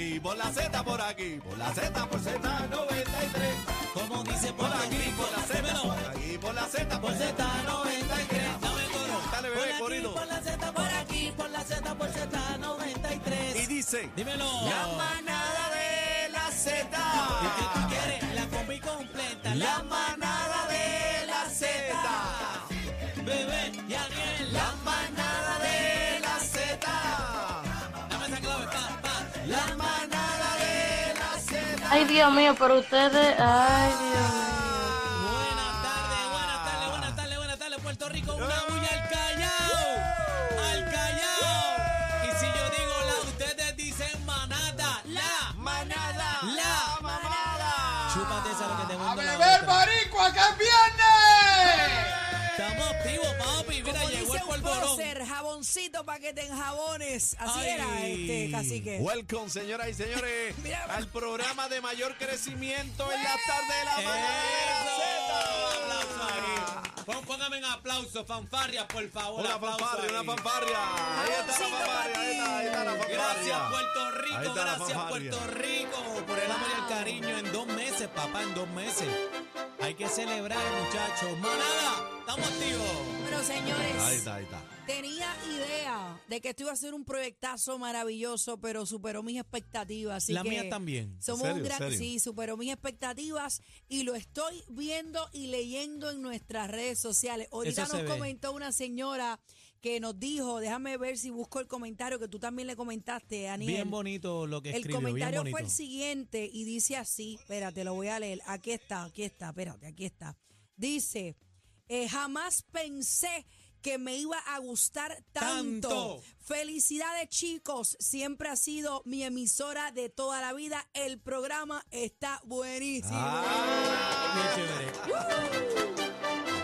aquí, por la Z por aquí, por la Z por Z93. Como dice Por Puerto aquí, Rico, por la Z, dímelo. por aquí, por la Z Por Z93. Dame coro. Dale, Por bebé, aquí, corrido. por la Z, por aquí, por la Z, por Y Z93. dice, Dímelo. la manada de la Z. ¿Y qué tú quieres? La combi completa. La manada de la Z. Bebé y Aniel. La manada de la Z. Dame esa clave, pa. La manada de la Z. Ay, Dios mío, pero ustedes, ay, Dios mío. Buenas tardes, Puerto Rico. Una bulla al Callao. Al Callao. Y si yo digo la, ustedes dicen manada. La Manada. La mamada. Chúpate esa lo que te ¡A gusta la beber otra. boricua que es viernes! Estamos activos, papi. Mira, Como llegó dice el un polvorón. prócer, jaboncito para que te enjabones. Así Ay. era, cacique. Welcome, señoras y señores, Mira. al programa de mayor crecimiento en la tarde de la manada Eso. de la Aplauso Z. ahí. Póngame en aplauso, fanfarria, por favor. Una aplauso fanfarria, ahí. una fanfarria. Ahí está la Jaboncito fanfarria, pa' ahí está la fanfarria. Gracias, Puerto Ahí Rico, está la gracias, fanfarria. Puerto Rico, por el amor y el cariño en 2 meses, papá, en 2 meses. Hay que celebrar, muchachos. Manada, estamos activos. Bueno, señores, Ahí está, ahí está. tenía idea de que esto iba a ser un proyectazo maravilloso, pero superó mis expectativas. Así Las que mías también. Somos ¿En serio? un gran, ¿En serio? sí, superó mis expectativas y lo estoy viendo y leyendo en nuestras redes sociales. Ahorita Eso se nos ve. comentó una señora que nos dijo, déjame ver si busco el comentario que tú también le comentaste, Aniel. Bien bonito lo que El escribió, bien comentario bonito. fue el siguiente y dice así, espérate, lo voy a leer. Aquí está, espérate, aquí está. Dice, jamás pensé que me iba a gustar tanto. Tanto. Felicidades, chicos. Siempre ha sido mi emisora de toda la vida. El programa está buenísimo. Ah. Bien chévere.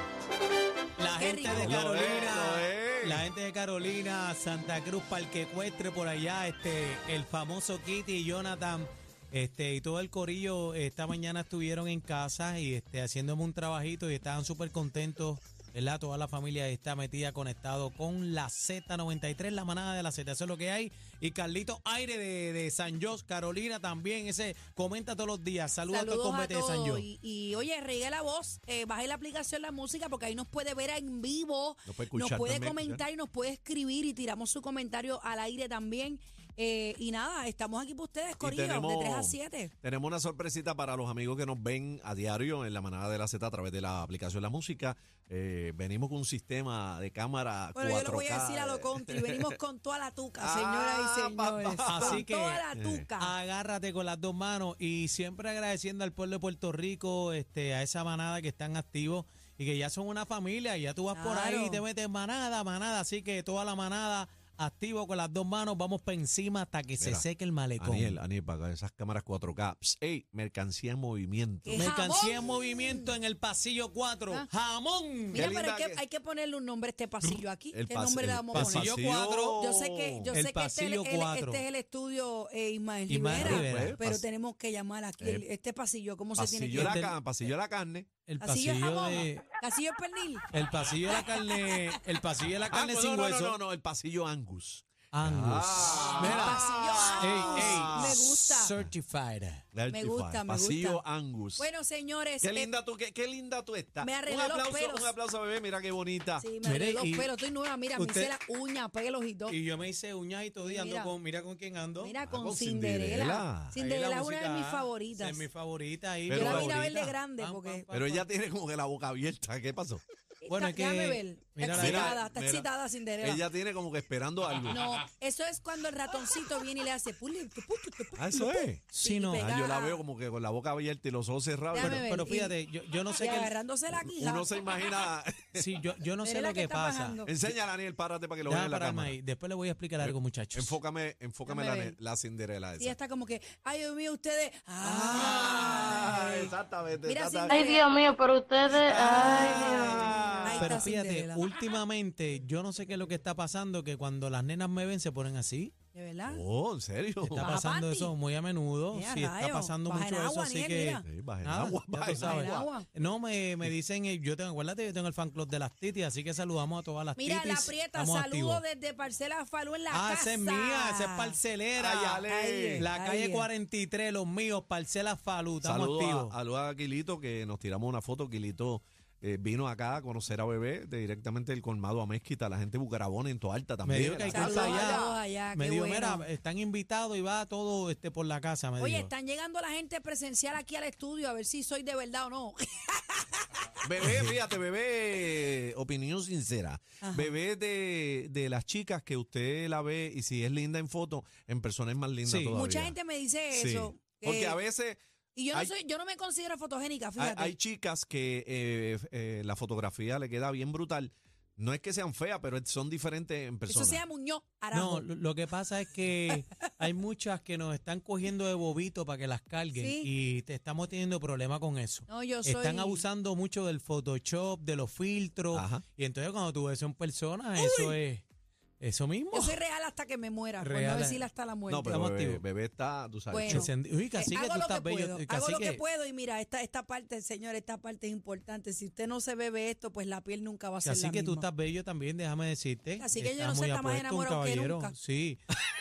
La Qué gente rico. de Lo Carolina, es. la gente de Carolina, Santa Cruz, Parque Ecuestre, por allá, el famoso Kitty y Jonathan, y todo el corillo, esta mañana estuvieron en casa y haciéndome un trabajito y estaban súper contentos, ¿verdad? Toda la familia está metida, conectado con la Z93, la manada de la Z, eso es lo que hay. Y Carlito Aire de San Jos, Carolina también, ese comenta todos los días. Saludos a todo el Saludos a combate de San todos. Jos. Y oye, regue la voz, baje la aplicación La Música porque ahí nos puede ver en vivo, Nos puede escuchar nos puede también, comentar y nos puede escribir y tiramos su comentario al aire también. Y nada, estamos aquí para ustedes, Corillo, de 3 a 7. Tenemos una sorpresita para los amigos que nos ven a diario en la manada de la Z a través de la aplicación La Música. Venimos con un sistema de cámara Bueno, 4K. yo le voy a decir a lo country, venimos con toda la tuca, señoras y señores. Así Con que, toda la tuca. agárrate con las 2 manos y siempre agradeciendo al pueblo de Puerto Rico, a esa manada que están activos y que ya son una familia y ya tú vas por ahí y Claro. te metes manada, así que toda la manada activo con las 2 manos, vamos para encima hasta que se Mira, seque el malecón. Aniel, para esas cámaras 4K. Ey, mercancía en movimiento. ¿Qué? Mercancía en ¡Jamón! movimiento en el pasillo 4. Ah. ¡Jamón! Mira, Qué pero linda hay que ponerle un nombre a este pasillo aquí. El ¿Qué pas- nombre le el vamos a poner? pasillo 4. Yo sé que, El este, pasillo es el- 4. este es el estudio Ismael Ismael Rivera, Rivera. pero tenemos que llamar aquí este pasillo. ¿Cómo se tiene Pasillo que de llamar? pasillo de la carne. El Pasillo de pasillo jamón, de... pasillo de pernil. El pasillo de la carne, el pasillo de la carne pues sin no, hueso. no, el pasillo Angus. Angus. Pasillo Ey, Angus. Me gusta. Certified. Me gusta, me Pasillo gusta. Angus. Bueno, señores, Qué linda tú estás. me arreglé un los aplauso, pelos. un aplauso, bebé. Mira qué bonita. sí, me arreglé Mire, los y pelos. Estoy nueva, mira, me usted- hice la uña, pelos y todo. Y yo me hice uñas y todo y ando Mira. mira con quién ando. Mira, con con Cinderela. Cinderela. Ahí Cinderela Ahí es una de mis favoritas. Es mi favorita. Ahí, Pero- mi Yo la vine a ver favorita. de grande, porque- Pero ella tiene como que la boca abierta. ¿Qué pasó? Bueno, es que- Déjame ver. mira, Está mira, excitada, está mira. excitada Cinderela. Ella tiene como que esperando algo. No, eso es cuando el ratoncito viene y le hace Ah, eso es. Sí, no. pega- Yo la veo como que con la boca abierta y los ojos cerrados. Déjame Pero ver. Pero fíjate, yo no sé y qué. agarrándose la quija. uno se imagina. Sí, yo no sé Veré lo la que que está pasa. bajando. Enséñala, Daniel, párate para que lo vean Déjame en la pararme cámara. ahí. Después le voy a explicar algo, muchachos. Enfócame Déjame la, ver. la Cinderela esa. Y está como que, ay, Dios mío, ustedes. Ah, Ay. exactamente. Mira, exactamente. Ay, Dios mío, pero ustedes, ay, Dios mío. Ahí Pero está fíjate, Cinderela. últimamente yo no sé qué es lo que está pasando, que cuando las nenas me ven se ponen así. ¿De verdad? Oh, ¿en serio? Está ¿Baja pasando panty? eso muy a menudo. Mira, Sí, está rayos, pasando baja mucho en eso, agua, así Aniel, que... mira. Sí, baja en Nada, agua, ya tú baja en sabes. agua. No, me dicen, yo tengo, acuérdate, yo tengo el fan club de las titis, así que saludamos a todas las Mira, titis. la Prieta, Estamos saludo activos. desde Parcela Falú en la Ah, casa. esa es mía, esa es parcelera. Ay, Ale. Ahí, La ahí. calle 43, los míos, parcela Falú, estamos activos. Saludos a Quilito, que nos tiramos una foto. Quilito vino acá a conocer a Bebé directamente del colmado a Mezquita, la gente de Bucarabón en Toalta también. Me dijo que hay Saludos casa a allá. todos allá, Me qué dijo, bueno. mira, están invitados y va todo por la casa, me Oye, dijo. están llegando la gente presencial aquí al estudio a ver si soy de verdad o no. Bebé, fíjate, Bebé, opinión sincera. Ajá. Bebé de las chicas que usted la ve y si es linda en foto, en persona es más linda Sí. todavía. Mucha gente me dice Sí. eso. Porque a veces Y yo hay- yo no me considero fotogénica, hay, fíjate. hay chicas que la fotografía le queda bien brutal. No es que sean feas, pero son diferentes en Eso persona. se llama Muñoz Arajo. No, lo que pasa es que hay muchas que nos están cogiendo de bobito para que las carguen Sí. y te estamos teniendo problemas con eso. No, yo soy... Están abusando mucho del Photoshop, de los filtros. Ajá. Y entonces cuando tú ves eso en persona, eso es eso mismo. Yo soy real hasta que me muera, por Real. no decir hasta la muerte. No, pero Estamos bebé, activos. bebé está, tú sabes. Bueno. chulo. Uy, casi que hago tú lo estás que bello. puedo, hago lo que Cacique, puedo y mira, esta parte, señor, esta parte es importante. Si usted no se bebe esto, pues la piel nunca va a ser Así la que tú misma. estás bello también, déjame decirte. Así que yo Estás no sé, muy está más apuesto, un enamorado que caballero. nunca. Sí.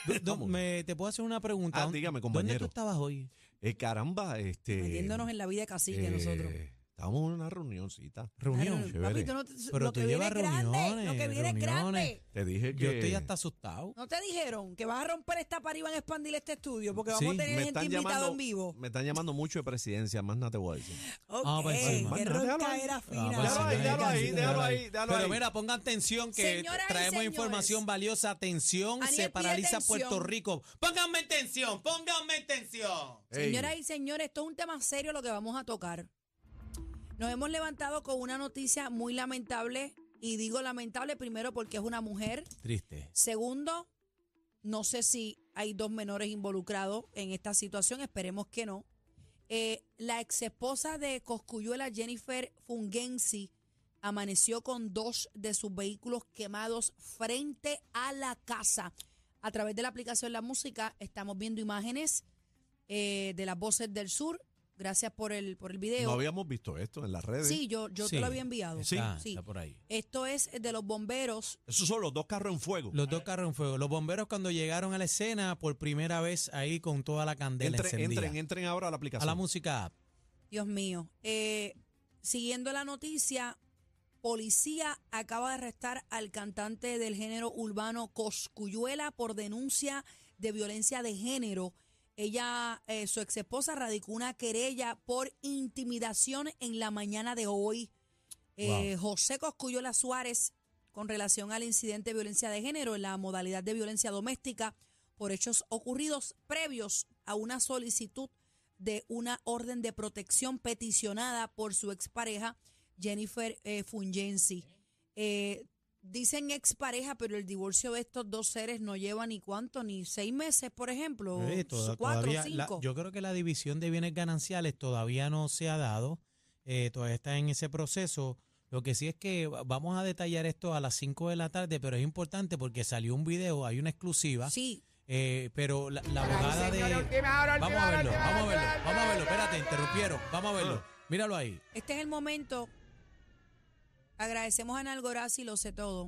¿Te puedo hacer una pregunta? Ah, dígame, ¿Dónde compañero. tú estabas hoy? Caramba, Metiéndonos en la vida de cacique nosotros. Estábamos en una reunioncita. Reunión. Chévere. Papi, tú no te- Pero lo tú que viene llevas es grande, reuniones, lo que viene es reuniones. grande. Te dije que Yo estoy hasta asustado. ¿No te dijeron que vas a romper esta pared y van a expandir este estudio? Porque Sí, vamos a tener me gente están invitada llamando, en vivo. me están llamando mucho de presidencia, más nada te voy a decir. Ok, Vamos para encima. qué Bueno, déjalo ronca ahí. era fina. Vamos Déjalo ahí, déjalo ahí, déjalo ahí, déjalo Pero ahí. mira, pongan atención que Señoras y traemos señores. información valiosa. Atención, Aniel, se pide paraliza atención. Puerto Rico. Pónganme atención, pónganme atención. Ey, Señoras y señores, esto es un tema serio lo que vamos a tocar. Nos hemos levantado con una noticia muy lamentable, y digo lamentable primero porque es una mujer. Triste. Segundo, no sé si hay dos menores involucrados en esta situación, esperemos que no. La ex esposa de Cosculluela, Jennifer Fungensi, amaneció con 2 de sus vehículos quemados frente a la casa. A través de la aplicación La Música estamos viendo imágenes de las Voces del Sur. Gracias por el video. no habíamos visto esto en las redes. Sí, yo Sí. te lo había enviado. Sí. Está por ahí. Esto es de los bomberos. Esos son los 2 carros en fuego. Los 2 carros en fuego. Los bomberos cuando llegaron a la escena por primera vez ahí con toda la candela encendida. Entren ahora a la A aplicación. la música app. Dios mío. Siguiendo la noticia, policía acaba de arrestar al cantante del género urbano Cosculluela por denuncia de violencia de género. Ella, su ex esposa, radicó una querella por intimidación en la mañana de hoy. Wow. José Cosculluela Suárez, con relación al incidente de violencia de género en la modalidad de violencia doméstica por hechos ocurridos previos a una solicitud de una orden de protección peticionada por su expareja Jennifer Fungensi. Dicen expareja, pero el divorcio de estos dos seres no lleva ni cuánto, ni 6 meses, por ejemplo, 4 Todavía o 5. yo creo que la división de bienes gananciales todavía no se ha dado. Todavía está en ese proceso. Lo que sí es que vamos a detallar esto a las 5 de la tarde, pero es importante porque salió un video, hay una exclusiva. Sí, Pero la abogada de... Vamos a verlo. Espérate, interrumpieron. Vamos a verlo. Míralo ahí. este es el momento. Agradecemos a Ana Algoraz, lo sé todo.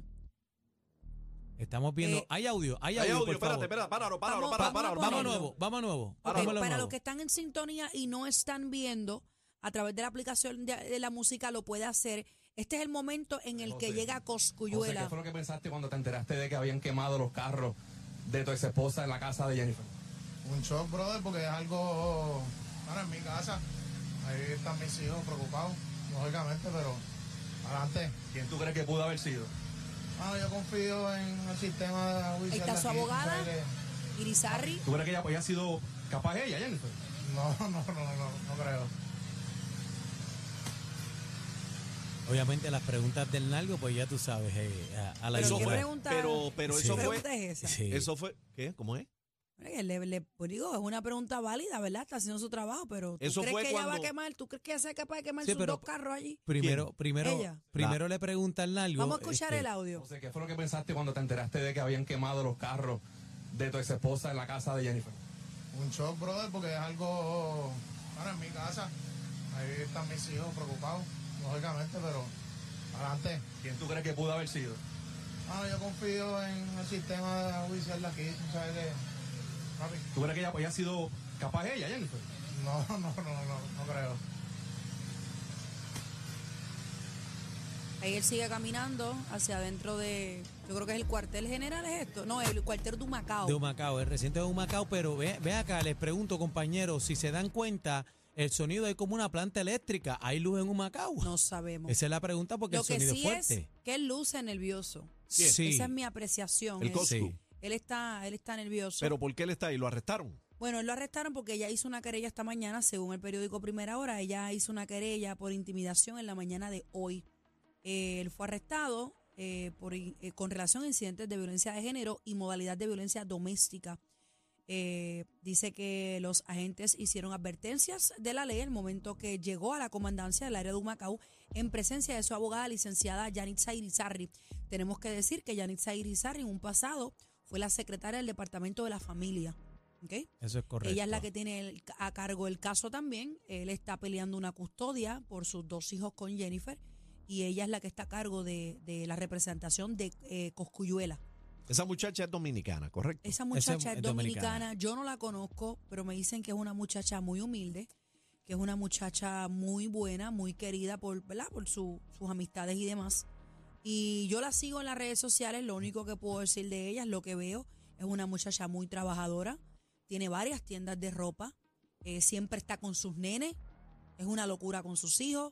Estamos viendo... Hay audio, por espérate, favor. espérate, páralo, Vamos a Vamos ponerlo. nuevo. Ok, Póngamelo para nuevo. los que están en sintonía y no están viendo, a través de la aplicación de la música lo puede hacer. Este es el momento en el que José, llega José, Cosculluela. ¿qué fue lo que pensaste cuando te enteraste de que habían quemado los carros de tu ex esposa en la casa de Jennifer? Un shock, brother, porque es algo... Ahora en mi casa, ahí están mis hijos preocupados, lógicamente, pero adelante. ¿Quién tú crees que pudo haber sido? Yo confío en el sistema judicial. Ahí está de su aquí, abogada. tú sabes que- Irizarry. ¿Tú crees que ella había sido capaz ella, Jennifer? No creo. Obviamente las preguntas del Nalgo, pues ya tú sabes, a la Pero Eso ¿qué fue, pregunta? pero Sí. eso ¿Qué fue, pregunta es esa? Sí. eso fue, ¿qué? ¿Cómo es? Pues digo, es una pregunta válida, ¿verdad? Está haciendo su trabajo, pero ¿tú Eso crees fue que ella va a cuando- quemar? ¿Tú crees que ella sea capaz de quemar Sí, sus pero- 2 carros allí? Primero Ella. le pregunta al Nalgo. Vamos a escuchar el audio. José, ¿qué fue lo que pensaste cuando te enteraste de que habían quemado los carros de tu ex esposa en la casa de Jennifer? Un shock, brother, porque es algo, bueno, en mi casa. Ahí están mis hijos preocupados, lógicamente, pero adelante. ¿Quién tú crees que pudo haber sido? Yo confío en el sistema judicial de aquí, tú sabes que, papi, ¿Tú crees que ella haya sido capaz ella, Jennifer? no creo. Ahí él sigue caminando hacia adentro de, yo creo que es el cuartel general, ¿es esto? No, el cuartel de Humacao. De Humacao, el recinto de Humacao, pero ve acá, les pregunto, compañeros, si se dan cuenta, el sonido es como una planta eléctrica. ¿Hay luz en Humacao? No sabemos. Esa es la pregunta porque Lo el que sonido sí es fuerte. es que él luce nervioso. Sí. Esa es mi apreciación. El Coscu. Sí. Él está nervioso. Pero ¿por qué él está ahí? ¿Lo arrestaron? Bueno, él lo arrestaron porque ella hizo una querella esta mañana, según el periódico Primera Hora. Ella hizo una querella por intimidación en la mañana de hoy. Él fue arrestado con relación a incidentes de violencia de género y modalidad de violencia doméstica. Dice que los agentes hicieron advertencias de la ley el momento que llegó a la comandancia del área de Humacao en presencia de su abogada licenciada Yanitza Irizarry. Tenemos que decir que Yanitza Irizarry en un pasado fue la secretaria del Departamento de la Familia. ¿Okay? Eso es correcto. Ella es la que tiene a cargo el caso también. Él está peleando una custodia por sus 2 hijos con Jennifer y ella es la que está a cargo de la representación de Cosculluela. Esa muchacha es dominicana, ¿correcto? Esa muchacha es es dominicana. dominicana, yo no la conozco, pero me dicen que es una muchacha muy humilde, que es una muchacha muy buena, muy querida ¿verdad? Por sus amistades y demás. Y yo la sigo en las redes sociales, lo único que puedo decir de ella es lo que veo. Es una muchacha muy trabajadora, tiene varias tiendas de ropa, siempre está con sus nenes, es una locura con sus hijos.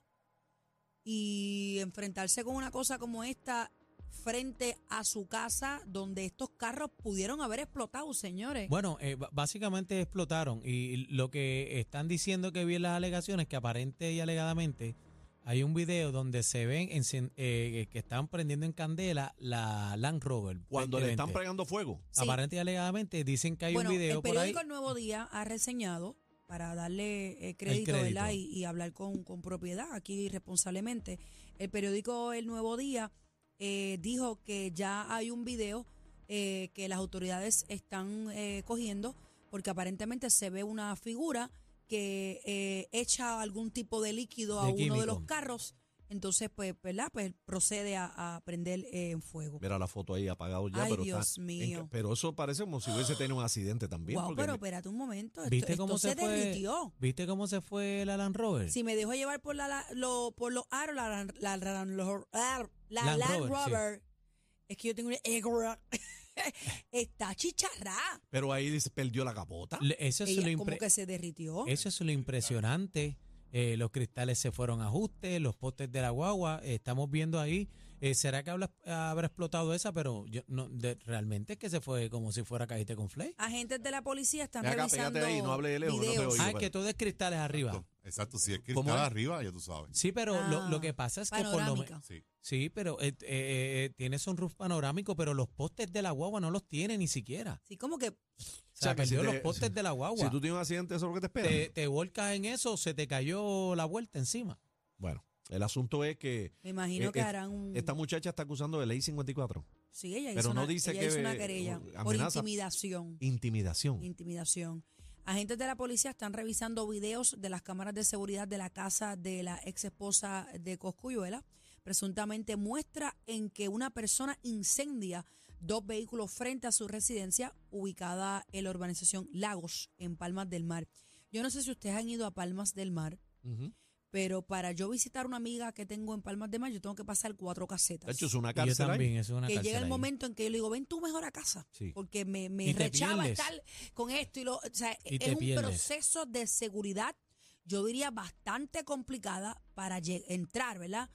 Y enfrentarse con una cosa como esta frente a su casa donde estos carros pudieron haber explotado, señores. Bueno, básicamente explotaron y lo que están diciendo que vi en las alegaciones, que aparente y alegadamente hay un video donde se ven que están prendiendo en candela la Land Rover. Cuando le están 2020. pegando fuego. Sí. Aparente y alegadamente dicen que hay Bueno, un video el por ahí. periódico El Nuevo Día ha reseñado, para darle crédito, crédito. ¿verdad? Y hablar con propiedad aquí responsablemente. El periódico El Nuevo Día dijo que ya hay un video que las autoridades están cogiendo porque aparentemente se ve una figura que echa algún tipo de líquido a De uno químico. de los carros. Entonces, pues, ¿verdad? Pues procede a prender en fuego. Mira la foto ahí apagado ya. Ay, pero Dios mío. pero eso parece como si hubiese tenido un accidente también. Wow, porque pero espérate un momento. ¿Viste Esto cómo se se fue? derritió. ¿Viste cómo se fue la Land Rover? Si me dejo llevar por por los aros, la Land Land Rover, Rover, es que yo tengo una está chicharrada. Pero ahí dice, perdió la capota. Eso es Ella lo como que se derritió. Eso es lo impresionante. Los cristales se fueron a ajuste, los postes de la guagua, estamos viendo ahí. ¿Será que habrá explotado esa? Pero yo realmente es que se fue como si fuera cajita con flake. Agentes de la policía están Ven acá, revisando pégate ahí, no hable de lejos, no te videos. oigo. Es que todo es cristales arriba. Exacto, si es ¿Cómo cristal es? arriba, ya tú sabes. Sí, pero Ah, lo que pasa es que por lo panorámica. Sí. sí, pero tiene sunroof panorámico, pero los postes de la guagua no los tiene ni siquiera. Sí, como que O sea, que si perdió te- los postes de la guagua. Si tú tienes un accidente, eso es lo que te espera. te volcas en eso, se te cayó la vuelta encima. Bueno, el asunto es que me imagino que eh, harán un... esta muchacha está acusando de ley 54. Sí, ella pero hizo no una, dice ella que, hizo una querella por amenaza. intimidación. Intimidación. Agentes de la policía están revisando videos de las cámaras de seguridad de la casa de la ex esposa de Cosculluela. Presuntamente muestra en que una persona incendia 2 vehículos frente a su residencia ubicada en la urbanización Lagos, en Palmas del Mar. Yo no sé si ustedes han ido a Palmas del Mar, Ujú. pero para yo visitar una amiga que tengo en Palmas del Mar, yo tengo que pasar 4 casetas. De hecho, es una Y yo cárcel ahí. también, eso es una Que cárcel llega el ahí. momento en que yo le digo, ven tú mejor a casa, Sí. porque me Y te rechaba pierdes. estar con esto o sea, Y es te un pierdes. proceso de seguridad, yo diría bastante complicada para entrar, ¿verdad?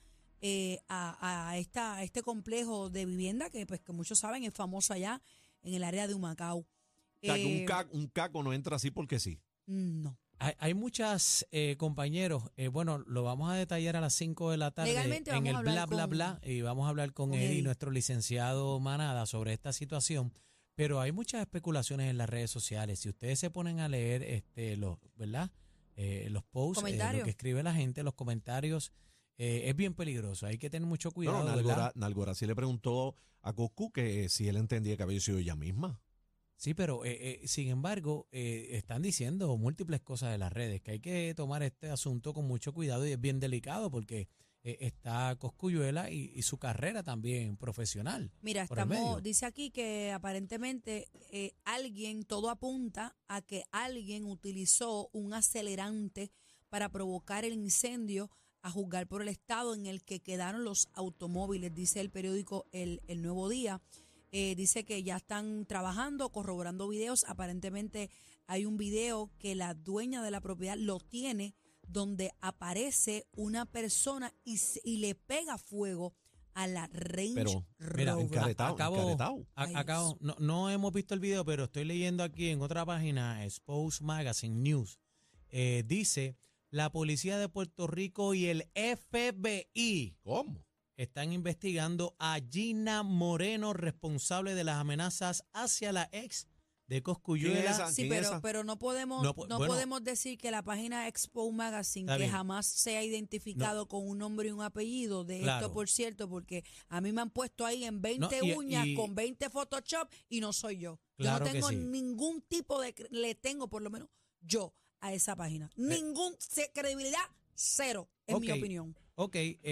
A este complejo de vivienda que, pues, que muchos saben es famoso allá en el área de Humacao. O sea, que Eh, un caco no entra así porque sí. no. Hay muchas, compañeros, bueno, lo vamos a detallar a las 5 de la tarde Legalmente en vamos el a bla, hablar bla, con- bla, y vamos a hablar con con él y Eddie. nuestro licenciado Manada sobre esta situación, pero hay muchas especulaciones en las redes sociales. Si ustedes se ponen a leer ¿verdad? Los posts, lo Comentarios. que escribe la gente, los comentarios, es bien peligroso. Hay que tener mucho cuidado, No, ¿verdad? Nalgora sí le preguntó a Coscu que si él entendía que había sido ella misma. Sí, pero sin embargo, están diciendo múltiples cosas de las redes, que hay que tomar este asunto con mucho cuidado y es bien delicado porque está Cosculluela y su carrera también profesional. Mira, dice aquí que aparentemente todo apunta a que alguien utilizó un acelerante para provocar el incendio, a juzgar por el estado en el que quedaron los automóviles, dice el periódico El Nuevo Día. Dice que ya están trabajando, corroborando videos. Aparentemente hay un video que la dueña de la propiedad lo tiene, donde aparece una persona y le pega fuego a la Range Mira, Rover. encaretado. No hemos visto el video, pero estoy leyendo aquí en otra página, Expose Magazine News. Dice, la policía de Puerto Rico y el FBI. ¿Cómo? Están investigando a Gina Moreno, responsable de las amenazas hacia la ex de Cosculluela. Sí, pero no podemos decir que la página Expo Magazine, que jamás se ha identificado con un nombre y un apellido de esto, por cierto, porque a mí me han puesto ahí en 20 uñas con 20 Photoshop y no soy yo. Claro, yo no tengo ningún tipo le tengo por lo menos yo a esa página. Credibilidad, cero, en mi opinión. Ok,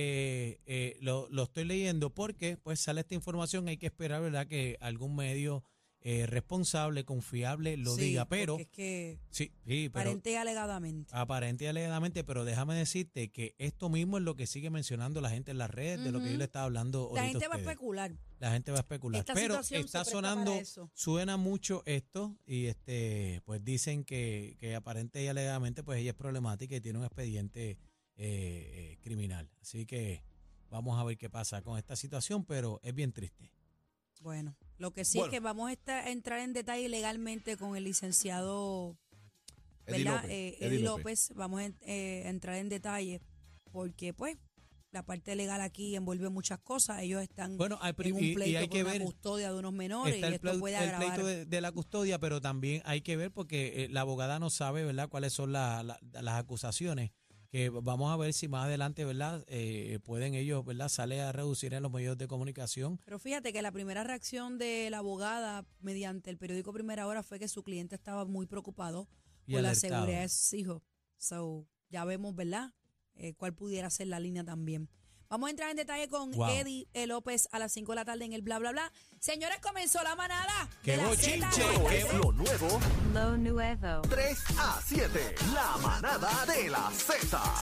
lo estoy leyendo porque pues sale esta información, hay que esperar, ¿verdad?, que algún medio responsable, confiable lo diga, pero es que pero aparente y alegadamente. Aparente y alegadamente, pero déjame decirte que esto mismo es lo que sigue mencionando la gente en las redes, de lo que yo le estaba hablando ahorita. La gente va a especular. La gente va a especular, pero está sonando, suena mucho esto y pues dicen que aparente y alegadamente pues ella es problemática y tiene un expediente criminal. Así que vamos a ver qué pasa con esta situación, pero es bien triste. Bueno, lo que sí es que vamos a entrar en detalle legalmente con el licenciado Eddie López. Vamos a entrar en detalle porque pues la parte legal aquí envuelve muchas cosas. Ellos están en un pleito hay que por ver, una custodia de unos menores y esto puede agravar. El pleito de la custodia, pero también hay que ver porque la abogada no sabe, ¿verdad?, cuáles son las acusaciones. Que vamos a ver si más adelante, ¿verdad?, pueden ellos, ¿verdad?, sale a reducir en los medios de comunicación. Pero fíjate que la primera reacción de la abogada mediante el periódico Primera Hora fue que su cliente estaba muy preocupado por la seguridad de sus hijos. Ya vemos, ¿verdad?, cuál pudiera ser la línea también. Vamos a entrar en detalle con Eddie López a las 5 de la tarde en el bla, bla, bla. Señores, comenzó la manada. ¡Qué bochinche! Lo nuevo. 3 a 7. La manada de la Z.